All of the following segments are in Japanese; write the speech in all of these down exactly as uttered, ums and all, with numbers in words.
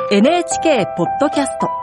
エヌエイチケー ポッドキャスト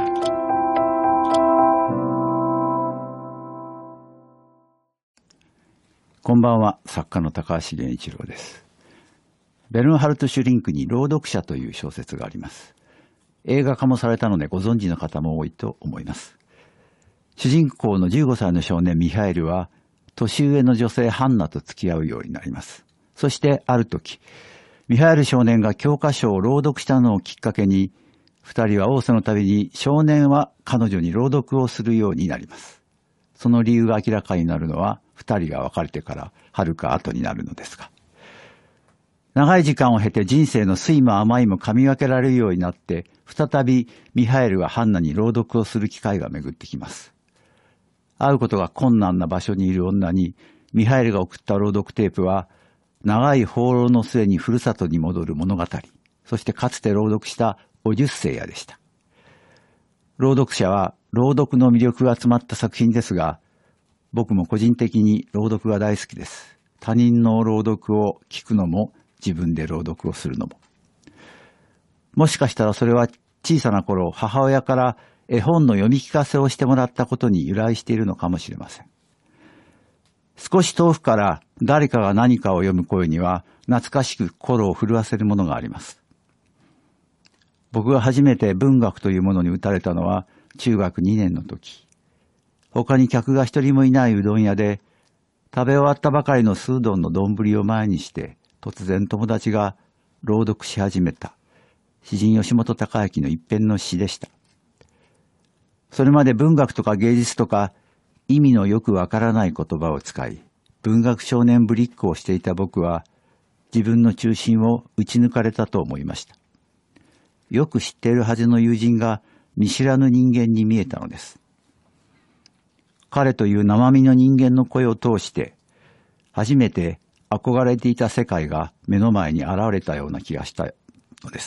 こんばんは、作家の高橋源一郎です。ベルンハルト・シュリンクに朗読者という小説があります。映画化もされたのでご存知の方も多いと思います。主人公のじゅうごさいの少年ミハエルは年上の女性ハンナと付き合うようになります。そしてある時、ミハエル少年が教科書を朗読したのをきっかけに、二人は仰せのたびに少年は彼女に朗読をするようになります。その理由が明らかになるのは二人が別れてから遥か後になるのですが、長い時間を経て人生の酸いも甘いも噛み分けられるようになって、再びミハエルはハンナに朗読をする機会が巡ってきます。会うことが困難な場所にいる女にミハエルが送った朗読テープは、長い放浪の末にふるさとに戻る物語、そしてかつて朗読したオデュッセイアでした。朗読者は朗読の魅力が詰まった作品ですが、僕も個人的に朗読が大好きです。他人の朗読を聞くのも自分で朗読をするのも。もしかしたらそれは小さな頃、母親から絵本の読み聞かせをしてもらったことに由来しているのかもしれません。少し遠くから誰かが何かを読む声には懐かしく心を震わせるものがあります。僕が初めて文学というものに打たれたのは中学にねんの時。他に客が一人もいないうどん屋で、食べ終わったばかりの酢うどんの丼を前にして、突然友達が朗読し始めた詩人吉本隆明の一編の詩でした。それまで文学とか芸術とか意味のよくわからない言葉を使い、文学少年ぶりっ子をしていた僕は、自分の中心を打ち抜かれたと思いました。よく知っているはずの友人が見知らぬ人間に見えたのです。彼という生身の人間の声を通して、初めて憧れていた世界が目の前に現れたような気がしたのです。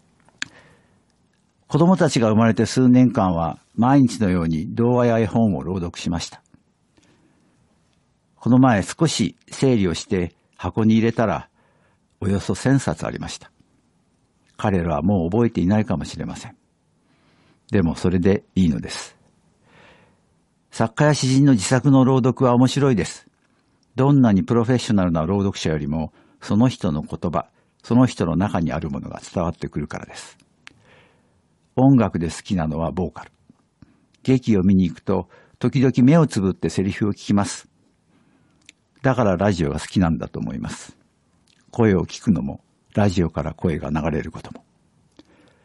子供たちが生まれて数年間は毎日のように童話や絵本を朗読しました。この前少し整理をして箱に入れたらおよそ千冊ありました。彼らはもう覚えていないかもしれません。でもそれでいいのです。作家や詩人の自作の朗読は面白いです。どんなにプロフェッショナルな朗読者よりもその人の言葉、その人の中にあるものが伝わってくるからです。音楽で好きなのはボーカル。劇を見に行くと時々目をつぶってセリフを聞きます。だからラジオが好きなんだと思います。声を聞くのもラジオから声が流れることも。